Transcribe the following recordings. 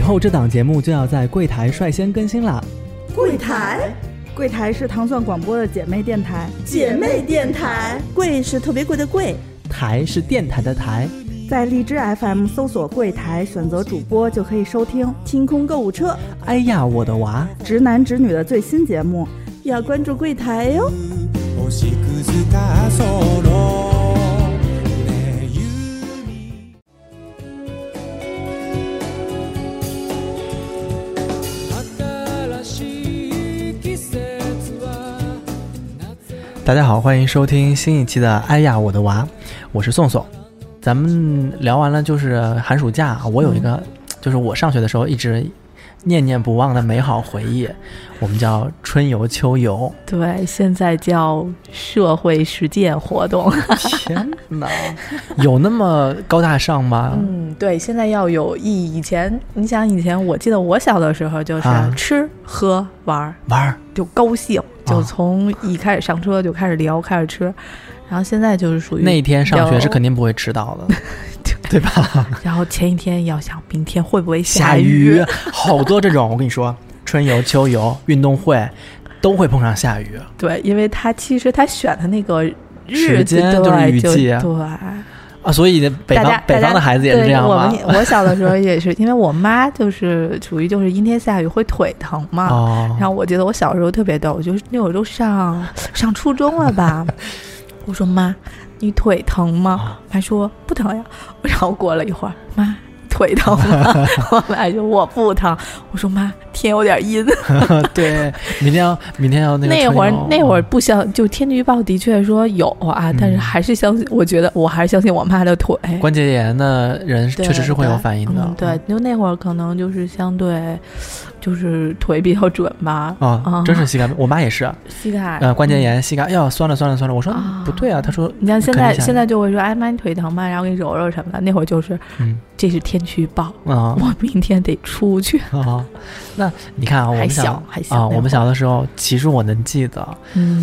后这档节目就要在柜台率先更新啦。 柜台？ 柜台是糖蒜广播的姐妹电台。 姐妹电台？贵是特别贵的贵， 台是电台的台。 在荔枝 FM 搜索柜台，选择主播就可以收听清空购物车。 哎呀我的娃， 直男直女的最新节目， 要关注柜台哟。 大家好，欢迎收听新一期的哎呀我的娃，我是宋宋。咱们聊完了就是寒暑假，我有一个就是我上学的时候一直念念不忘的美好回忆，我们叫春游秋游。 对，现在叫社会实践活动。 天哪，有那么高大上吗？ 对，现在要有意义。以前你想，以前我记得我小的时候就是吃、喝玩就高兴，就从一开始上车就开始聊开始吃，然后现在就是属于那一天上学是肯定不会迟到的。对吧？ 然后前一天要想明天会不会下雨，好多这种。我跟你说，春游、秋游、运动会都会碰上下雨。 对，因为他其实他选的那个时间就是雨季。 对啊，所以北方的孩子也是这样吗？ 我小的时候也是，因为我妈就是属于就是阴天下雨会腿疼嘛。然后我记得我小时候特别逗，就是那会儿都上初中了吧。我说妈，你腿疼吗？妈说不疼呀。然后过了一会儿，妈腿疼吗？我妈说我不疼。我说妈，天有点阴。 对，明天要那个。 那会儿不相，就天气预报的确说有啊，但是还是相信，我觉得我还是相信我妈的腿。 关节炎的人确实是会有反应的。 对，就那会儿可能就是相对。就是腿比较准吧。 真是膝盖，我妈也是膝盖关节炎，膝盖哎呀酸了。我说不对啊，她说你像现在就会说哎妈你腿疼吗？然后给你揉揉什么的。那会儿就是这是天气预报我明天得出去那你看啊，我们小我们小的时候，其实我能记得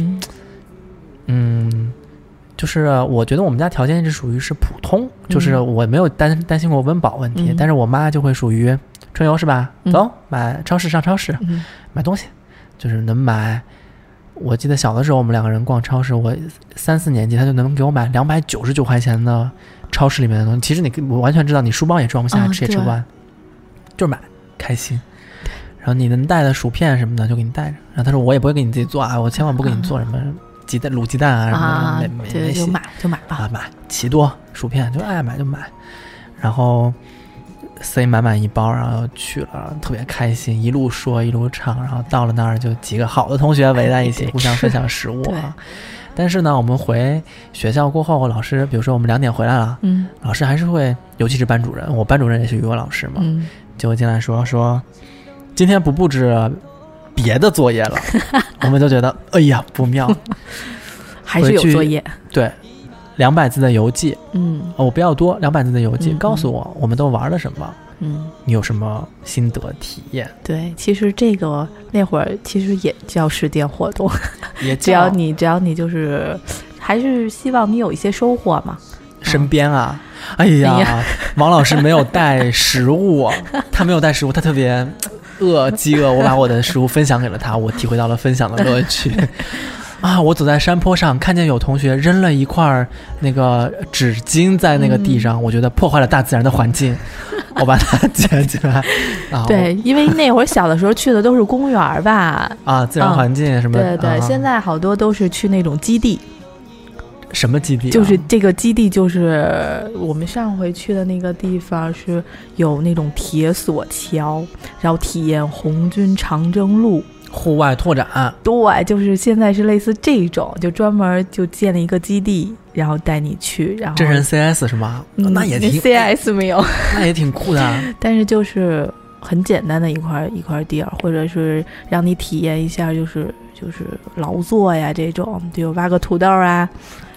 就是我觉得我们家条件是属于是普通，就是我没有担心过温饱问题，但是我妈就会属于春游是吧？走，上超市买东西，就是能买。我记得小的时候我们两个人逛超市，我3、4年级他就能给我买299块钱的超市里面的东西。其实我完全知道你书包也装不下，吃也吃不完，就是买开心。然后你能带的薯片什么的就给你带着。然后他说我也不会给你自己做啊，我千万不给你做什么卤鸡蛋啊什么的， 对，就买吧， 买奇多薯片就爱买就买，然后塞满一包，然后去了，特别开心，一路说一路唱，然后到了那儿就几个好的同学围在一起，互相分享食物但是呢，我们回学校过后，老师比如说我们2点回来了，老师还是会，尤其是班主任，我班主任也是语文老师嘛，就会进来说今天不布置别的作业了。我们就觉得哎呀不妙， 还是有作业。 对，200字的游记，我不要多，200字的游记，告诉我我们都玩了什么，你有什么心得体验？ 对，其实这个那会儿其实也叫实践活动， 也只要你就是还是希望你有一些收获嘛。 身边啊，哎呀，王老师没有带食物，他没有带食物，他特别饥饿，我把我的食物分享给了他，我体会到了分享的乐趣。我走在山坡上，看见有同学扔了一块那个纸巾在那个地上，我觉得破坏了大自然的环境，我把它捡起来。 对，因为那会儿小的时候去的都是公园吧， 自然环境什么的。 对，现在好多都是去那种基地。 什么基地就是这个基地，就是我们上回去的那个地方是有那种铁索桥，然后体验红军长征路。 户外拓展。 对，就是现在是类似这种，就专门就建了一个基地，然后带你去，然后真人 CS 是吗？那也挺 CS 没有， 那也挺酷的。 但是就是很简单的一块地儿，或者是让你体验一下，就是劳作呀这种，就挖个土豆啊。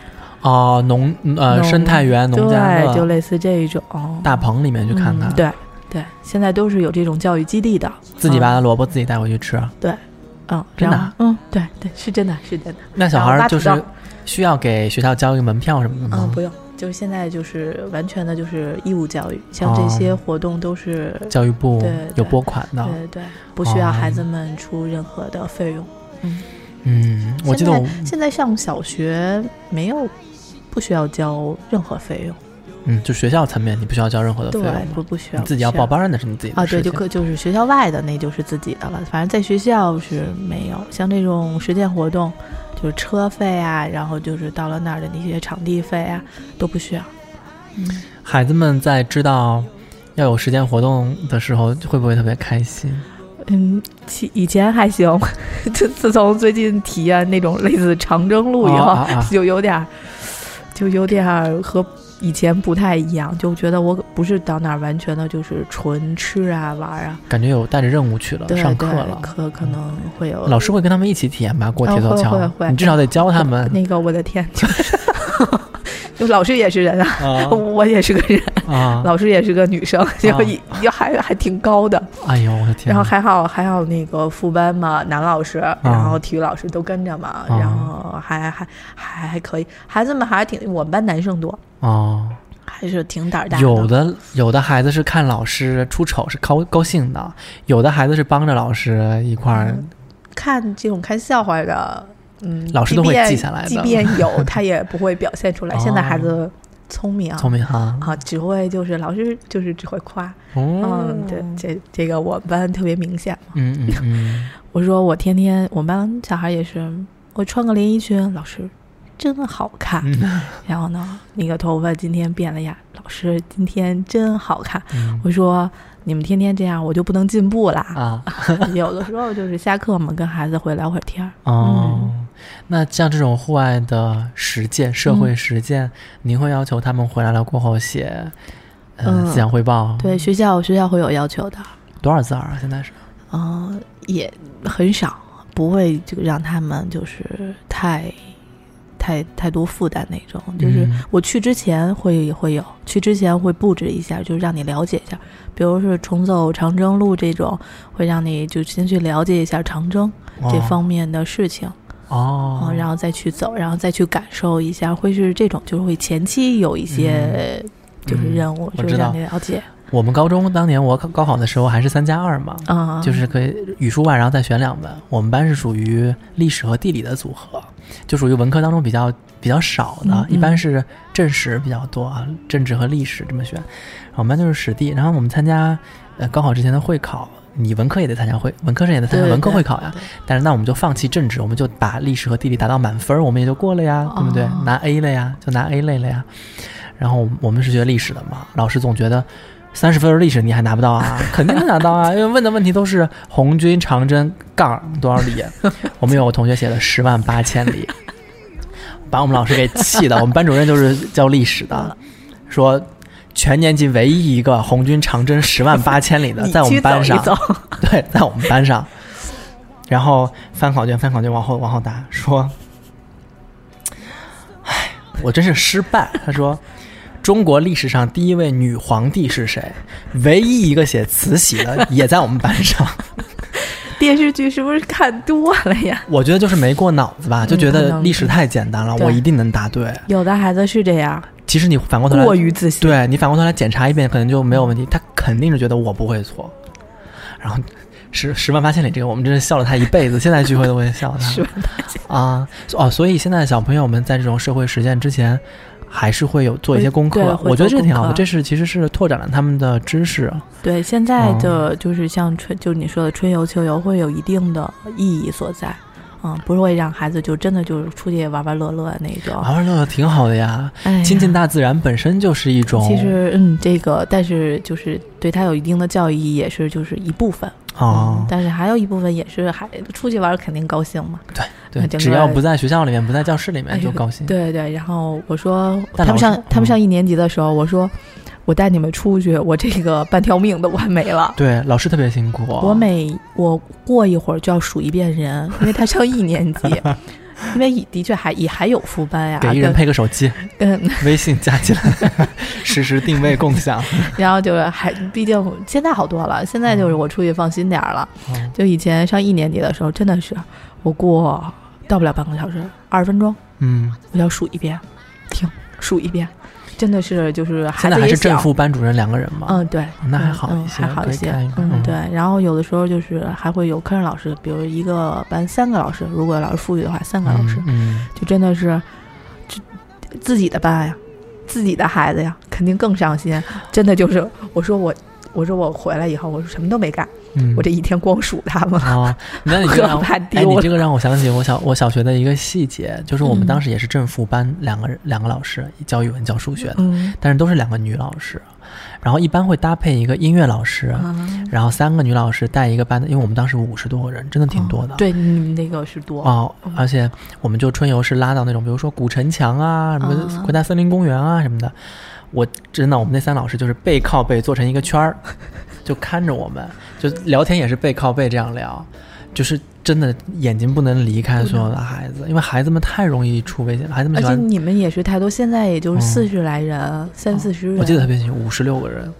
生态园、农家乐， 对，就类似这种大棚里面去看看。 对，现在都是有这种教育基地的， 自己拔的萝卜自己带回去吃。 对， 真的。 对，是真的。 那小孩就是需要给学校交一个门票什么的吗？ 不用，就是现在就是完全的就是义务教育，像这些活动都是教育部有拨款的， 对，不需要孩子们出任何的费用。 我记得现在上小学不需要交任何费用。 就学校层面你不需要交任何的费用， 对，不需要， 你自己要报班那是你自己的事情。 对，就是学校外的那就是自己的了，反正在学校是没有。像这种实践活动，就是车费啊，然后就是到了那儿的那些场地费啊，都不需要。 孩子们在知道要有实践活动的时候，会不会特别开心？ 以前还行，自从最近体验那种类似长征路以后，就有点和以前不太一样，就觉得我不是到那儿完全的就是纯吃啊玩啊， 感觉有带着任务去了，上课了， 可能会有。 老师会跟他们一起体验吧？过铁道桥， 会， 你至少得教他们。 那个我的天，就老师也是人啊，我也是个人啊，老师也是个女生，就还挺高的。 哎呦我的天！ 然后还好那个副班嘛，男老师，然后体育老师都跟着嘛，然后还可以，孩子们还挺，我们班男生多还是挺胆大的。 有的孩子是看老师出丑是高兴的，有的孩子是帮着老师一块儿看这种看笑话的。 老师都会记下来的， 即便有他也不会表现出来。现在孩子聪明啊，只会就是老师就是只会夸。对，这个我们班特别明显嘛。我说我天天我们班小孩也是，我穿个连衣裙，老师真好看。然后呢，那个头发今天变了呀，老师今天真好看。我说你们天天这样，我就不能进步啦。有的时候就是下课嘛，跟孩子会聊会儿天。 那像这种户外的实践、社会实践，您会要求他们回来了过后写思想汇报？ 对，学校会有要求的。 多少字啊？现在是？ 也很少，不会就让他们就是太多负担那种。就是我去之前会有，去之前会布置一下，就是让你了解一下，比如是重走长征路这种，会让你就先去了解一下长征这方面的事情。然后再去走，然后再去感受一下，会是这种，就是会前期有一些就是任务，就是让你了解。 我们高中当年我高考的时候还是3+2嘛，就是可以语数外，然后再选2门。我们班是属于历史和地理的组合，就属于文科当中比较少的，一般是政史比较多啊，政治和历史这么选。我们班就是史地，然后我们参加高考之前的会考。你文科也得参加文科生也得参加文科会考呀，但是那我们就放弃政治，我们就把历史和地理达到满分，我们也就过了呀，对不对？拿 A 了呀，就拿 A 类了呀。然后我们是学历史的嘛，老师总觉得30分的历史你还拿不到啊，肯定能拿到啊，因为问的问题都是红军长征杠多少里，我们有个同学写了108000里，把我们老师给气的。我们班主任就是教历史的，说全年级唯一一个红军长征108000里的在我们班上，对，在我们班上。然后翻考卷往后答，说唉，我真是失败。他说中国历史上第一位女皇帝是谁？唯一一个写慈禧的也在我们班上。 电视剧是不是看多了呀？ 我觉得就是没过脑子吧，就觉得历史太简单了，我一定能答对。 有的孩子是这样， 其实你反过头来过于自信， 对，你反过头来检查一遍可能就没有问题，他肯定是觉得我不会错。然后108000里这个我们真是笑了他一辈子，现在聚会都会笑他所以现在小朋友们在这种社会实践之前还是会有做一些功课，我觉得这挺好的，这是其实是拓展了他们的知识。 对，现在的就是像就你说的春游秋游会有一定的意义所在。不是会让孩子就真的就是出去玩玩乐乐那种， 玩玩乐乐挺好的呀，亲近大自然本身就是一种。 其实这个，但是就是对他有一定的教育意义，也是就是一部分但是还有一部分也是出去玩肯定高兴嘛。 对，只要不在学校里面，不在教室里面就高兴。 对，然后我说他们上1年级的时候，我说我带你们出去，我这个半条命都快没了。 对，老师特别辛苦。 我过一会儿就要数一遍人，因为他上1年级，因为的确还有副班呀， 给一人配个手机，微信加起来，实时定位共享。 然后就是毕竟现在好多了，现在就是我出去放心点了。就以前上1年级的时候，真的是我过到不了半个小时，20分钟我要数一遍，停，数一遍。真的是就是孩子也小， 现在还是正副班主任2个人吗？ 对， 那还好一些， 还好一些。对。然后有的时候就是还会有科任老师，比如一个班3个老师，如果老师富裕的话，3个老师，就真的是自己的班呀，自己的孩子呀，肯定更上心。真的就是我说我回来以后，我说什么都没干。我这一天光数他们那你这你这个让我想起我小学的一个细节，就是我们当时也是正副班两个老师，教语文教数学的，但是都是2个女老师，然后一般会搭配一个音乐老师，然后3个女老师带一个班的，因为我们当时50多个人，真的挺多的。 对，你们那个是多而且我们就春游是拉到那种比如说古城墙啊，什么国家森林公园啊什么的，我真的我们那3老师就是背靠背做成一个圈儿，就看着我们，就聊天也是背靠背这样聊，就是真的眼睛不能离开所有的孩子，因为孩子们太容易出危险了。孩子们喜欢， 而且你们也是太多，现在也就是40来人，30-40人。 我记得特别清，56个人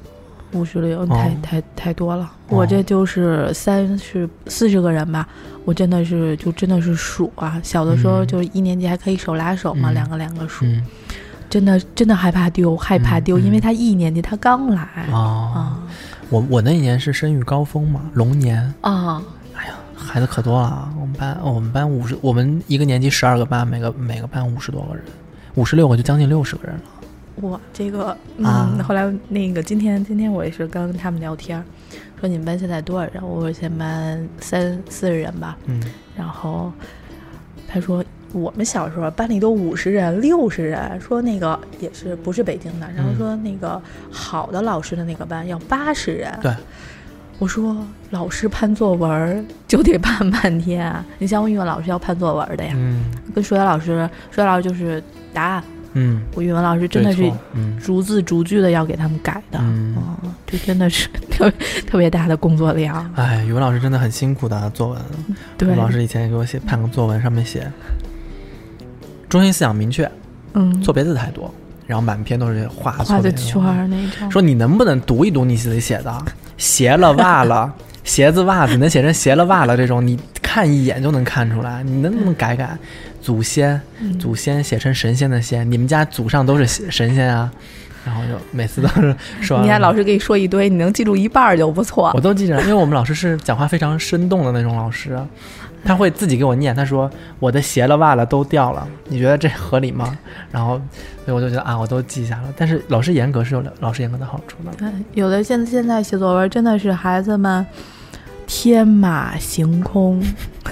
，56太多了。我这就是40个人吧，我真的是数啊。小的时候就1年级还可以手拉手嘛，两个数。真的害怕丢，因为他1年级他刚来我那一年是生育高峰嘛，龙年哎呀，孩子可多了。我们班50，我们一个年级12个班，每个班50多个人，56个就将近60个人了。 哇，这个后来那个今天我也是刚跟他们聊天，说你们班现在多少人？我说现在班30-40人吧。然后他说我们小时候班里都50人、60人，说那个也是不是北京的，然后说那个好的老师的那个班要80人。 对， 我说老师判作文就得判半天，你像我语文老师要判作文的呀，跟数学老师就是答案，我语文老师真的是逐字逐句的要给他们改的，这真的是特别大的工作量。 哎，语文老师真的很辛苦的作文。对，语文老师以前也给我判个作文，上面写中心思想明确，错别字太多，然后满篇都是画的圈那种。 说你能不能读一读你自己写的？鞋了袜了，鞋子袜子能写成鞋了袜了这种，你看一眼就能看出来，你能不能改？祖先写成神仙的仙，你们家祖上都是神仙啊。然后就每次都是说， 你看老师给你说一堆，你能记住一半就不错。 我都记着，因为我们老师是讲话非常生动的那种老师，他会自己给我念，他说我的鞋了袜了都掉了，你觉得这合理吗？然后所以我就觉得我都记下了。但是老师严格是有老师严格的好处的。 有的现在写作文真的是孩子们天马行空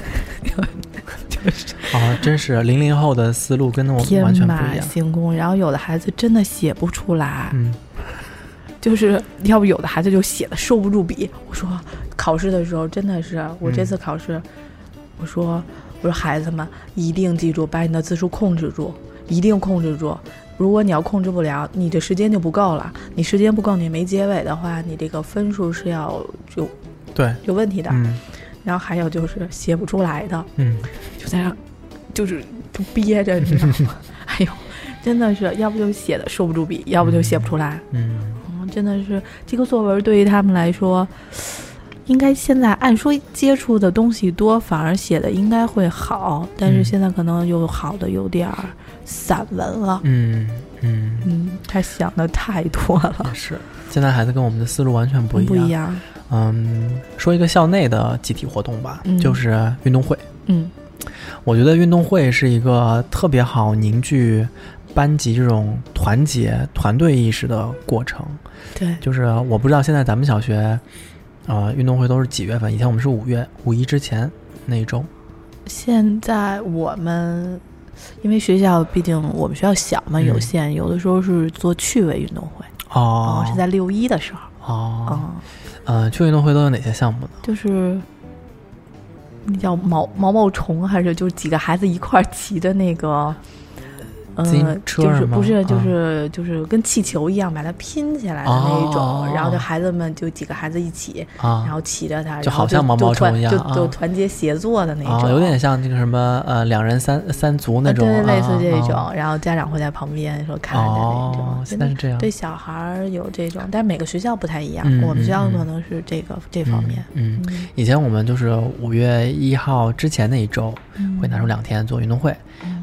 就是真是00后的思路跟我们完全不一样， 天马行空。然后有的孩子真的写不出来，就是要不有的孩子就写的收不住笔。我说考试的时候真的是，我这次考试，我说孩子们一定记住把你的字数控制住，一定控制住。如果你要控制不了，你的时间就不够了，你时间不够，你没结尾的话，你这个分数是要有问题的。然后还有就是写不出来的，就在那就憋着，你知道吗？哎呦，真的是要不就写的收不住笔，要不就写不出来。真的是这个作文对于他们来说，应该现在按说接触的东西多，反而写的应该会好，但是现在可能又好的有点散文了。他想的太多了。 是，现在孩子跟我们的思路完全不一样。说一个校内的集体活动吧，就是运动会。我觉得运动会是一个特别好凝聚班级这种团结团队意识的过程。 对， 就是我不知道现在咱们小学运动会都是几月份？以前我们是5月5·1之前那一周。 现在我们因为学校毕竟我们学校小嘛，有限，有的时候是做趣味运动会。是在6·1的时候。 趣味运动会都有哪些项目呢？ 就是那叫毛虫，还是就是几个孩子一块骑的那个自行车就是不是就是跟气球一样把它拼起来的那一种，然后就孩子们就几个孩子一起，然后骑着它， 就好像毛虫一样， 就团结协作的那种， 有点像这个什么2人三足那种， 对，类似这种。然后家长会在旁边说看着那种。 现在是这样， 对小孩有这种，但是每个学校不太一样。我们学校可能是这方面。 以前我们就是5月1号之前那一周会拿出2天做运动会，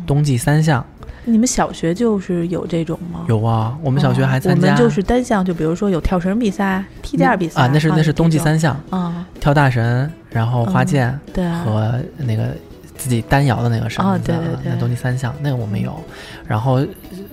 冬季3项。 你们小学就是有这种吗？ 有啊，我们小学还参加。 我们就是单项，就比如说有跳绳比赛、踢毽比赛啊，那是冬季3项啊， 跳大绳，然后花剑， 对， 和那个自己单摇的那个绳子， 对， 那冬季3项，那个我们有。然后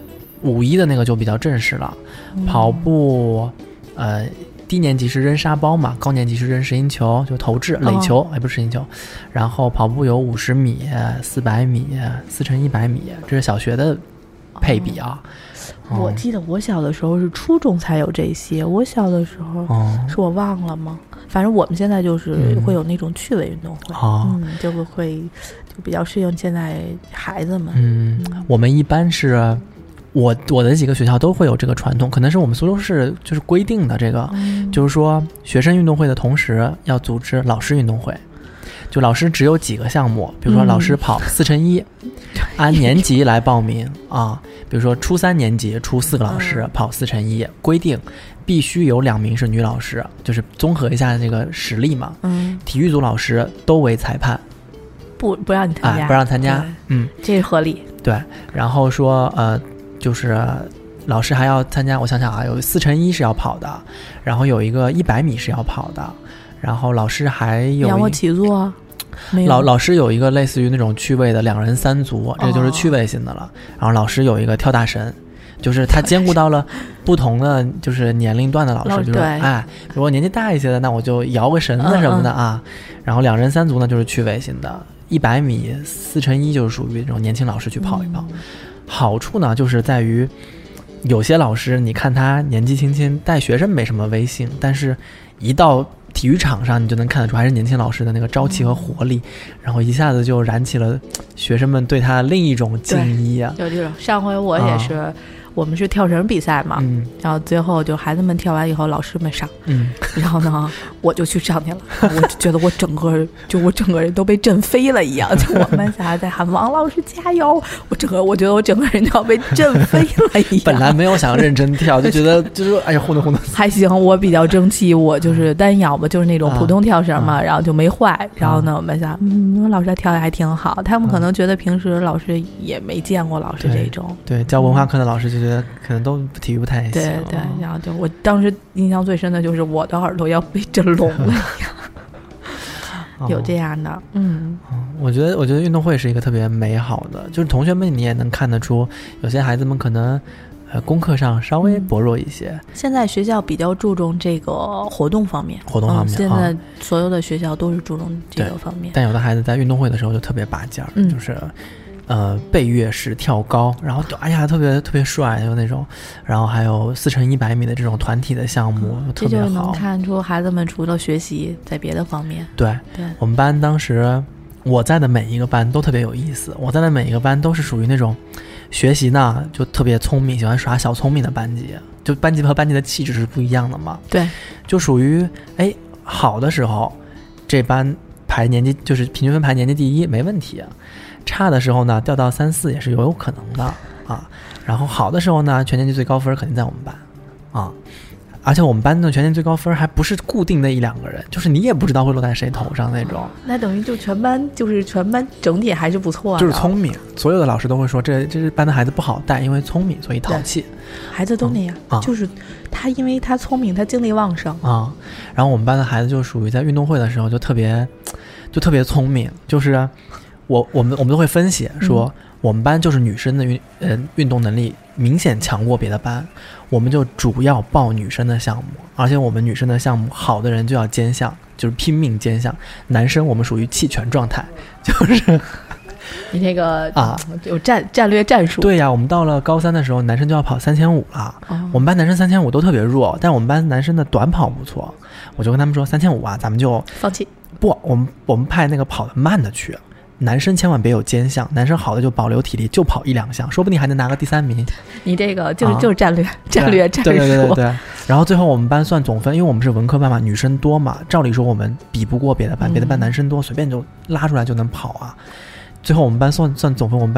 5·1的那个就比较正式了，跑步，低年级是扔沙包嘛，高年级是扔石英球，就投掷垒球，不是石英球。然后跑步有50米、400米、4×100米，这是小学的配比啊。 我记得我小的时候是初中才有这些，我小的时候是我忘了吗？反正我们现在就是会有那种趣味运动会，就比较适应现在孩子们。 我们一般是。我的几个学校都会有这个传统，可能是我们苏州市就是规定的这个，就是说学生运动会的同时要组织老师运动会，就老师只有几个项目，比如说老师跑4×1，按年级来报名啊，比如说初3年级出4个老师跑4×1，规定必须有2名是女老师，就是综合一下这个实力嘛。体育组老师都为裁判， 不让你参加， 不让参加， 这是合理。 对，然后说就是老师还要参加，我想想啊，有4×1是要跑的，然后有一个100米是要跑的，然后老师还有仰卧起坐， 老师有一个类似于那种趣味的2人3组，这就是趣味性的了。然后老师有一个跳大绳，就是他兼顾到了不同的就是年龄段的老师，就是如果年纪大一些的，那我就摇个绳子什么的啊。然后2人3组呢就是趣味性的，100米4×1就是属于这种年轻老师去跑一跑。好处呢就是在于有些老师你看他年纪轻轻带学生没什么威信，但是一到体育场上你就能看得出还是年轻老师的那个朝气和活力，然后一下子就燃起了学生们对他另一种敬意啊。 就这种上回我也是我们是跳绳比赛嘛，然后最后就孩子们跳完以后老师们上，然后呢我就去上去了，我就觉得我整个人都被震飞了一样，就我们小孩在喊王老师加油，我觉得我整个人都要被震飞了一样。 本来没有想认真跳，就觉得就是哎呀糊弄糊弄。 还行，我比较争气，我就是单摇嘛，就是那种普通跳绳嘛，然后就没坏。然后呢我们想老师跳的还挺好，他们可能觉得平时老师也没见过老师这种。 对，教文化课的老师就觉得可能都体育不太行。 对，然后就我当时印象最深的就是我的耳朵要被震聋了一样。有这样的。 我觉得运动会是一个特别美好的，就是同学们你也能看得出有些孩子们可能功课上稍微薄弱一些。 现在学校比较注重这个活动方面，现在所有的学校都是注重这个方面。 但有的孩子在运动会的时候就特别拔尖儿，就是背跃式跳高，然后哎呀特别帅，就那种，然后还有4×100米的这种团体的项目，特别好。 这就能看出孩子们除了学习，在别的方面。 对，我们班当时我在的每一个班都特别有意思，我在的每一个班都是属于那种学习呢就特别聪明，喜欢耍小聪明的班级，就班级和班级的气质是不一样的嘛。 对，就属于好的时候，这班排年级就是平均分排年级第1没问题，差的时候呢掉到3、4也是有可能的啊。然后好的时候呢，全年级最高分肯定在我们班啊。而且我们班的全年最高分还不是固定的1、2个人，就是你也不知道会落在谁头上那种。 那等于就全班整体还是不错的， 就是聪明。所有的老师都会说这班的孩子不好带，因为聪明所以淘气。 孩子都那样，就是他因为他聪明，他精力旺盛啊。然后我们班的孩子就属于在运动会的时候就特别聪明，就是我们都会分析说，我们班就是女生的运动能力明显强过别的班，我们就主要报女生的项目，而且我们女生的项目好的人就要兼项，就是拼命兼项。男生我们属于弃权状态，就是你那个有战略战术。 对呀，我们到了高3的时候，男生就要跑3500了。我们班男生3500都特别弱，但我们班男生的短跑不错，我就跟他们说3500啊，咱们就放弃。 不，我们派那个跑得慢的去。男生千万别有兼项，男生好的就保留体力，就跑1、2项，说不定还能拿个第3名。 你这个就是战略战术。 对。然后最后我们班算总分，因为我们是文科班嘛，女生多嘛，照理说我们比不过别的班，别的班男生多，随便就拉出来就能跑啊。最后我们班算总分，我们班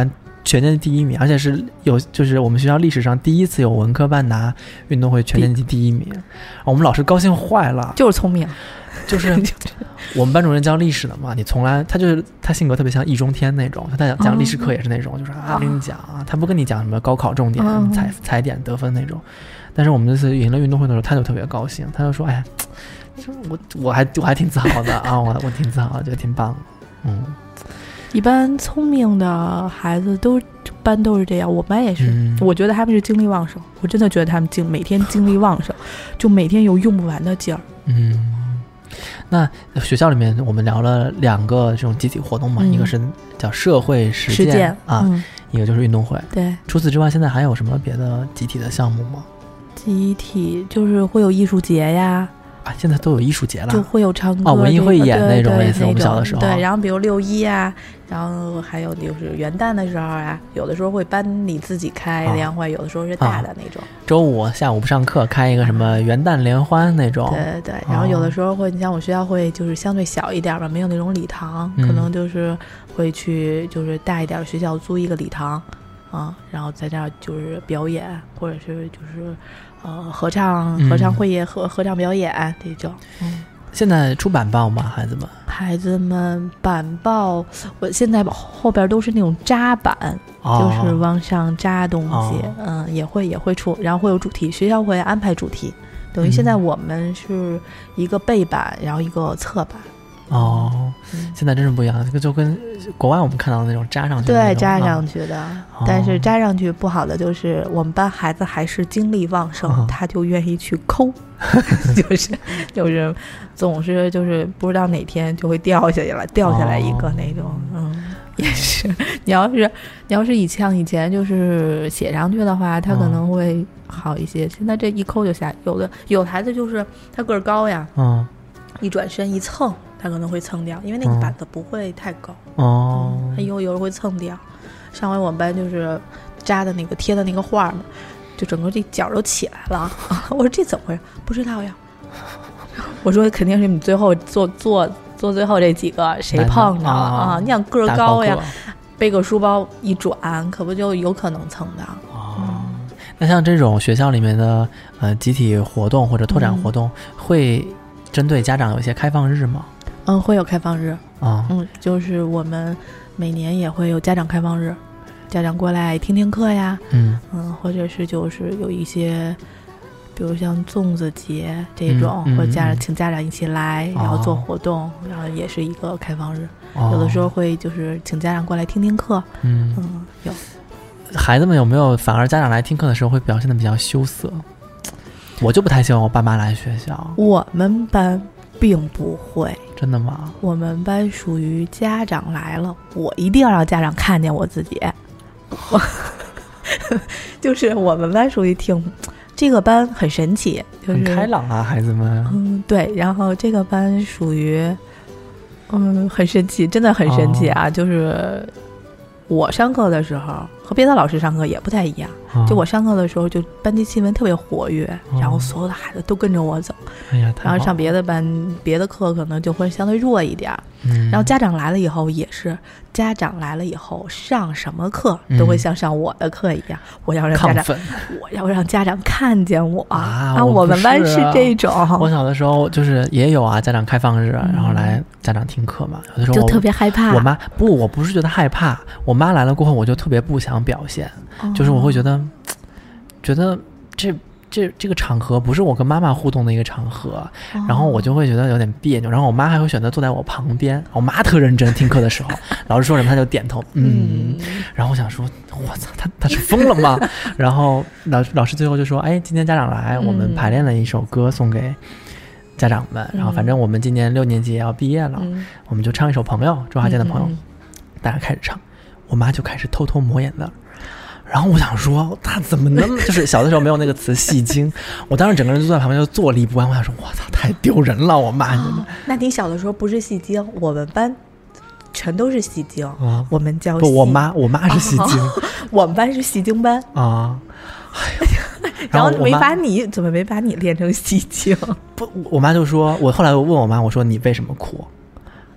全年级第1名，而且是就是我们学校历史上第一次有文科班拿运动会全年级第1名，我们老师高兴坏了， 就是聪明。 就是我们班主任教历史的嘛，他性格特别像易中天那种，他讲历史课也是那种，就是跟你讲他不跟你讲什么高考重点、踩点得分那种。但是我们这次赢了运动会的时候，他就特别高兴，他就说：“哎，我还挺自豪的啊，我挺自豪的，觉得挺棒的。” 一般聪明的孩子都是这样，我班也是。我觉得他们是精力旺盛，我真的觉得他们每天精力旺盛，就每天有用不完的劲儿。 那学校里面我们聊了2个这种集体活动嘛，一个是叫社会实践啊，一个就是运动会。对，除此之外，现在还有什么别的集体的项目吗？ 集体就是会有艺术节呀。 现在都有艺术节了， 就会有唱歌文艺汇演那种类似我们小的时候。 对，然后比如6·1啊，然后还有就是元旦的时候啊，有的时候会班里自己开联欢，有的时候是大的那种。 周五下午不上课开一个什么元旦联欢那种。 对，然后有的时候会，你像我学校会就是相对小一点吧，没有那种礼堂，可能就是会去就是大一点的学校租一个礼堂然后在这儿就是表演，或者是就是合唱会议合唱表演这种。 现在出板报吗？孩子们板报，我现在后边都是那种扎板，就是往上扎东西。也会出，然后会有主题，学校会安排主题，等于现在我们是一个背板，然后一个侧板。 现在真是不一样，这个就跟国外我们看到的那种扎上去的。 对，扎上去的。但是扎上去不好的就是我们班孩子还是精力旺盛，他就愿意去抠，就是总是就是不知道哪天就会掉下来一个那种。也是，你要是以前就是写上去的话，他可能会好一些。现在这一抠就下，有的孩子就是他个儿高呀，一转身一蹭，他可能会蹭掉，因为那个板子不会太高。他有时候会蹭掉。上回我们班就是扎的那个贴的那个画嘛，就整个这角都起来了。我说这怎么回事？不知道呀。我说肯定是你最后做最后这几个谁碰着了你想个儿高呀，背个书包一转，可不就有可能蹭到。 那像这种学校里面的集体活动或者拓展活动，会针对家长有一些开放日吗？ 会有开放日就是我们每年也会有家长开放日，家长过来听听课呀，或者是就是有一些比如像粽子节这种，或者请家长一起来，然后做活动，然后也是一个开放日。有的时候会就是请家长过来听听课。有。 孩子们有没有反而家长来听课的时候会表现得比较羞涩？我就不太喜欢我爸妈来学校。 我们班并不会。 真的吗？ 我们班属于家长来了，我一定要让家长看见我自己。就是我们班属于这个班很神奇，就是很开朗啊，孩子们。 对，然后这个班属于很神奇，真的很神奇啊。就是我上课的时候和别的老师上课也不太一样，就我上课的时候就班级气氛特别活跃，然后所有的孩子都跟着我走。然后上别的班别的课可能就会相对弱一点。然后家长来了以后也是，家长来了以后上什么课都会像上我的课一样，我要让家长看见我我们班是这种。 我小的时候就是也有家长开放日，然后来家长听课嘛，有的时候就特别害怕。 我不是觉得害怕，我妈来了过后我就特别不想表现，就是我会觉得这个场合不是我跟妈妈互动的一个场合，然后我就会觉得有点别扭，然后我妈还会选择坐在我旁边，我妈特认真听课的时候，老师说什么她就点头，然后我想说我操，她是疯了吗？然后老师最后就说，今天家长来，我们排练了一首歌送给家长们，然后反正我们今年6年级也要毕业了，我们就唱一首朋友，周华健的朋友，大家开始唱，我妈就开始偷偷抹眼泪。然后我想说他怎么那么就是小的时候没有那个词戏精，我当时整个人就坐在旁边就坐立不安，我想说我操太丢人了，我妈那你小的时候不是戏精，我们班全都是戏精我们叫不，我妈是戏精我们班是戏精班然后怎么没把你练成戏精？ 不，我妈就说，我后来问我妈，我说你为什么哭？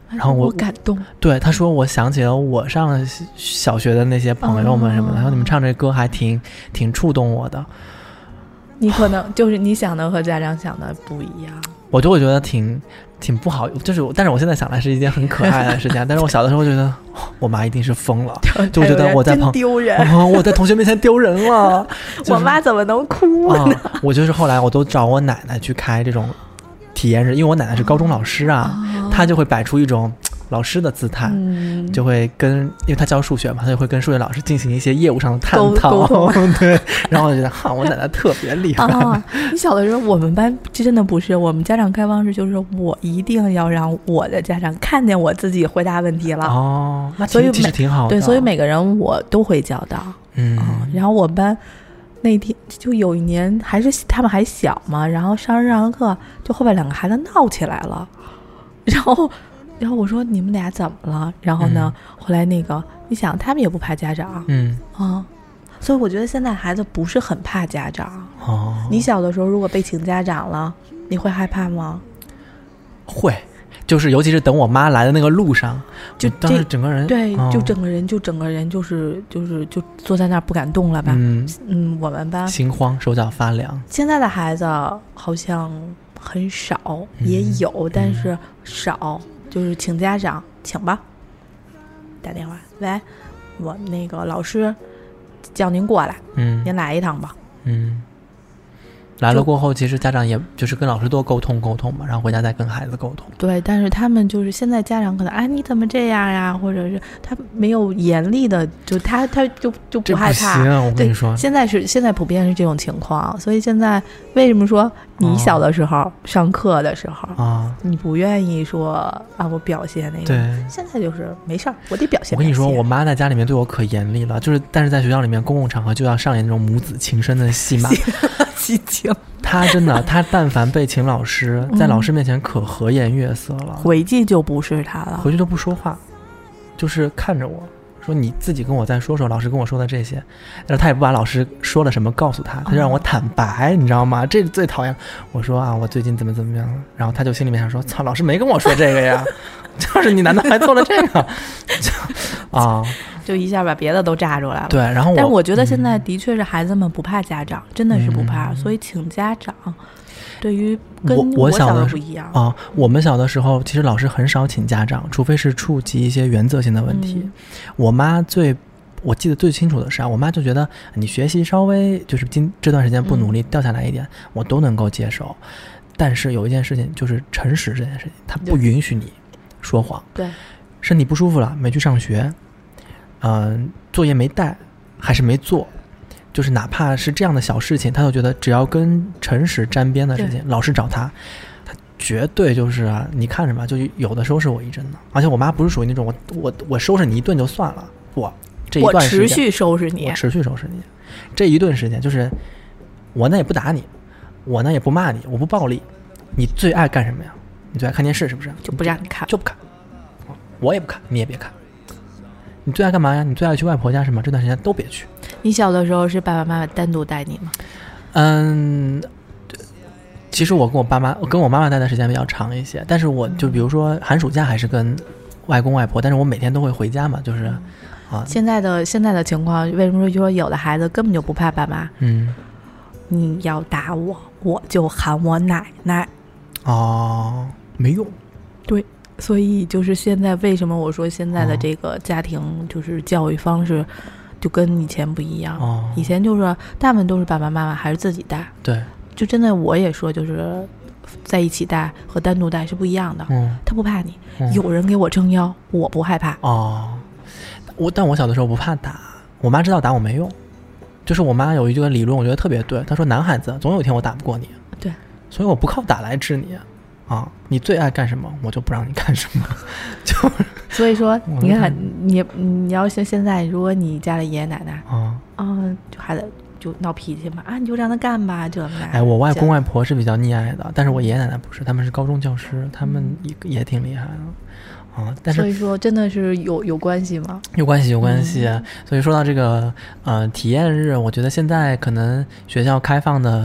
然后我感动。 对，他说我想起了我上小学的那些朋友们什么的，然后你们唱这歌还挺触动我的。 你可能就是你想的和家长想的不一样， 我就会觉得挺不好，就是但是我现在想来是一件很可爱的事情，但是我小的时候觉得我妈一定是疯了，就觉得我在丢人， 我在同学面前丢人了，就是、 我妈怎么能哭呢？ 我就是后来我都找我奶奶去开这种体验日，因为我奶奶是高中老师啊，她就会摆出一种老师的姿态，就会因为他教数学嘛，他就会跟数学老师进行一些业务上的探讨，对，然后我觉得我奶奶特别厉害。 你小的时候我们班真的不是，我们家长开放式就是我一定要让我的家长看见我自己回答问题了。 那其实挺好的。 对，所以每个人我都会教导。然后我们班那天就有一年他们还小嘛，然后上课就后边2个孩子闹起来了，然后我说你们俩怎么了？然后呢，后来你想他们也不怕家长，所以我觉得现在孩子不是很怕家长。你小的时候如果被请家长了，你会害怕吗？ 会，就是尤其是等我妈来的那个路上，就当时整个人就整个人就坐在那儿不敢动了吧。我们班心慌，手脚发凉。 现在的孩子好像很少，也有，但是少。就是请家长，请吧，打电话，喂，我那个老师叫您过来，您来一趟吧。 来了过后，其实家长也就是跟老师多沟通嘛，然后回家再跟孩子沟通。 对，但是他们就是现在家长可能你怎么这样呀，或者是他没有严厉的，就他就不害怕。 这不行，我跟你说， 现在普遍是这种情况，所以现在为什么说你小的时候上课的时候你不愿意说我表现那个？ 对， 现在就是没事儿，我得表现。 我跟你说，我妈在家里面对我可严厉了，但是在学校里面公共场合就要上演那种母子情深的戏码。 戏情， 他真的，他但凡被请老师，在老师面前可和颜悦色了， 回去就不是他了， 回去都不说话，就是看着我说你自己跟我再说说老师跟我说的这些，但是他也不把老师说了什么告诉他，他就让我坦白，你知道吗？这是最讨厌。我说我最近怎么样，然后他就心里面想说操，老师没跟我说这个呀，就是你难道还做了这个就一下把别的都炸出来了。 对，然后但我觉得现在的确是孩子们不怕家长，真的是不怕，所以请家长对于跟我小的不一样我们小的时候其实老师很少请家长，除非是触及一些原则性的问题。我妈我记得最清楚的是我妈就觉得你学习稍微就是这段时间不努力掉下来一点我都能够接受，但是有一件事情就是诚实这件事情，她不允许你说谎。 对， 身体不舒服了没去上学，作业没带还是没做，就是哪怕是这样的小事情，他都觉得只要跟诚实沾边的事情，老师找他绝对就是你看着吧，就有的时候是我一针的。而且我妈不是属于那种我收拾你一顿就算了，这一段时间我持续收拾你， 这一顿时间就是我呢也不打你，我呢也不骂你，我不暴力，你最爱干什么呀？你最爱看电视是不是？ 就不让你看， 就不看，我也不看，你也别看。你最爱干嘛呀？你最爱去外婆家什么？这段时间都别去。 你小的时候是爸爸妈妈单独带你吗？ 其实我跟我妈妈待的时间比较长一些，但是我就比如说寒暑假还是跟外公外婆，但是我每天都会回家嘛，就是现在的情况，为什么说有的孩子根本就不怕爸妈？你要打我就喊我奶奶。 没用。对。 所以就是现在为什么我说现在的这个家庭就是教育方式就跟以前不一样。以前就是大部分都是爸爸妈妈还是自己带。对，就真的我也说就是在一起带和单独带是不一样的。他不怕你，有人给我撑腰我不害怕。 但我小的时候不怕打，我妈知道打我没用，就是我妈有一个理论我觉得特别对，她说男孩子总有一天我打不过你。对，所以我不靠打来治你你最爱干什么我就不让你干什么。 所以说你看你要像现在如果你家里爷爷奶奶就孩子就闹脾气嘛你就让他干吧，这我外公外婆是比较溺爱的，但是我爷爷奶奶不是，他们是高中教师，他们也挺厉害的但是所以说真的是有关系吗？ 有关系所以说到这个体验日，我觉得现在可能学校开放的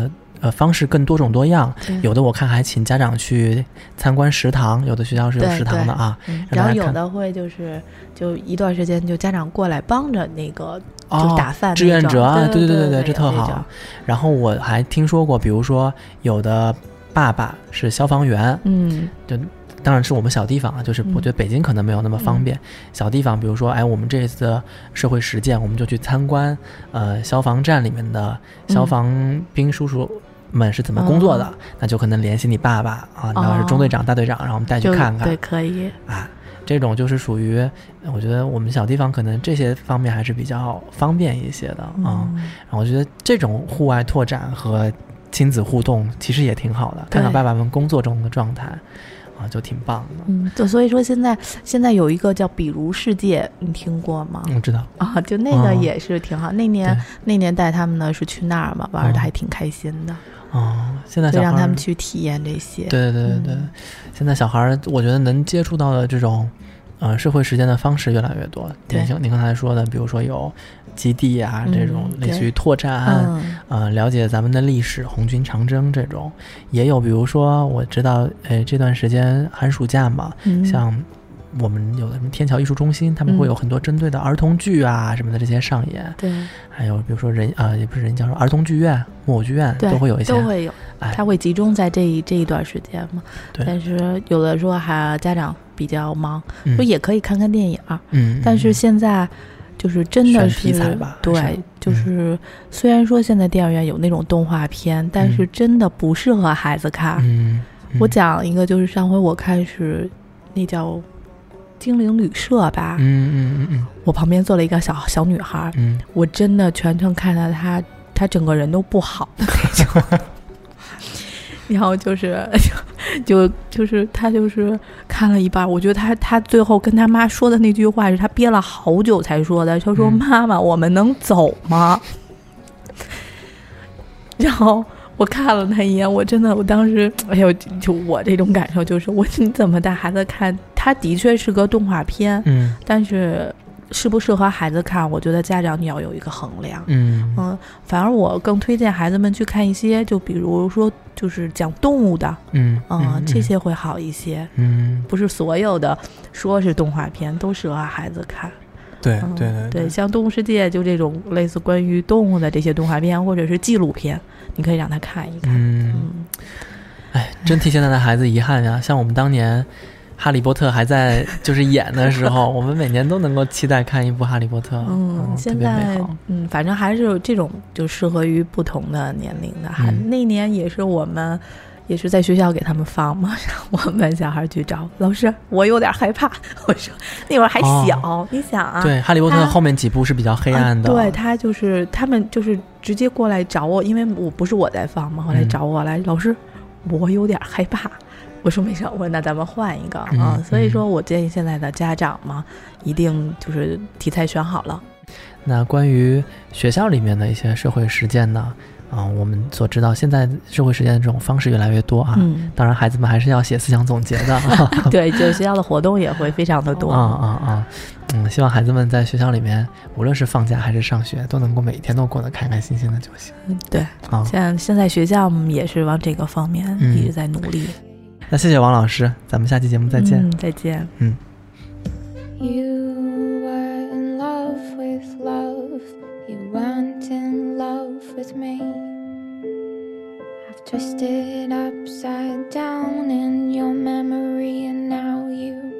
方式更多种多样，有的我看还请家长去参观食堂，有的学校是有食堂的啊。 然后有的会就一段时间就家长过来帮着那个就是打饭志愿者啊，对，这特好。然后我还听说过，比如说有的爸爸是消防员，就当然是我们小地方啊，就是我觉得北京可能没有那么方便，小地方比如说我们这次的社会实践，我们就去参观消防站里面的消防兵叔叔们是怎么工作的，那就可能联系你爸爸啊，然后是中队长大队长，然后我们带去看看。 对，可以啊，这种就是属于我觉得我们小地方可能这些方面还是比较方便一些的啊。然后我觉得这种户外拓展和亲子互动其实也挺好的，看看爸爸们工作中的状态就挺棒的。 对，所以说现在有一个叫比如世界，你听过吗？ 我知道啊，就那个也是挺好。那年带他们呢是去那儿嘛，玩的还挺开心的。 现在小孩就让他们去体验这些。 对，现在小孩我觉得能接触到的这种社会实践的方式越来越多。对，像您刚才说的，比如说有基地啊，这种类似于拓展，了解咱们的历史，红军长征这种，也有比如说我知道这段时间寒暑假嘛，像我们有的什么天桥艺术中心，他们会有很多针对的儿童剧啊什么的这些上演。 对， 还有比如说也不是人叫说儿童剧院、木偶剧院都会有一些， 都会有。他会集中在这一段时间嘛。对。但是有的时候还家长比较忙，就也可以看看电影。但是现在就是真的是题材吧， 对，就是虽然说现在电影院有那种动画片，但是真的不适合孩子看。我讲一个，就是上回我看是那叫精灵旅社吧，我旁边坐了一个小女孩，我真的全程看到她整个人都不好的那种。然后就是他就是看了一半，我觉得他最后跟他妈说的那句话是他憋了好久才说的，他说妈妈我们能走吗？然后我看了他一眼，我当时哎呦，就我这种感受就是你怎么带孩子看，他的确是个动画片，但是适不适合孩子看，我觉得家长你要有一个衡量。反而我更推荐孩子们去看一些，就比如说就是讲动物的，这些会好一些。不是所有的说是动画片都适合孩子看。对，像动物世界就这种类似关于动物的这些动画片或者是纪录片，你可以让他看一看。 真替现在的孩子遗憾呀！像我们当年哈利波特还在就是演的时候，我们每年都能够期待看一部哈利波特。 现在反正还是这种就适合于不同的年龄的。那年也是我们也是在学校给他们放嘛，我们小孩去找老师，我有点害怕。我说那会儿还小，你想啊， 对，哈利波特后面几部是比较黑暗的。 对，他们就是直接过来找我，因为不是我在放嘛，后来找我来，老师我有点害怕。我说没事，我说那咱们换一个所以说我建议现在的家长嘛，一定就是题材选好了。 那关于学校里面的一些社会实践呢，我们所知道现在社会实践的这种方式越来越多啊。当然孩子们还是要写思想总结的。 对，就学校的活动也会非常的多。 希望孩子们在学校里面，无论是放假还是上学，都能够每天都过得开开心心的就行。 对，现在学校也是往这个方面一直在努力。 那谢谢王老师，咱们下期节目再见。 再见。 You were in love with love, you weren't in love with me. I've twisted upside down in your memory and now you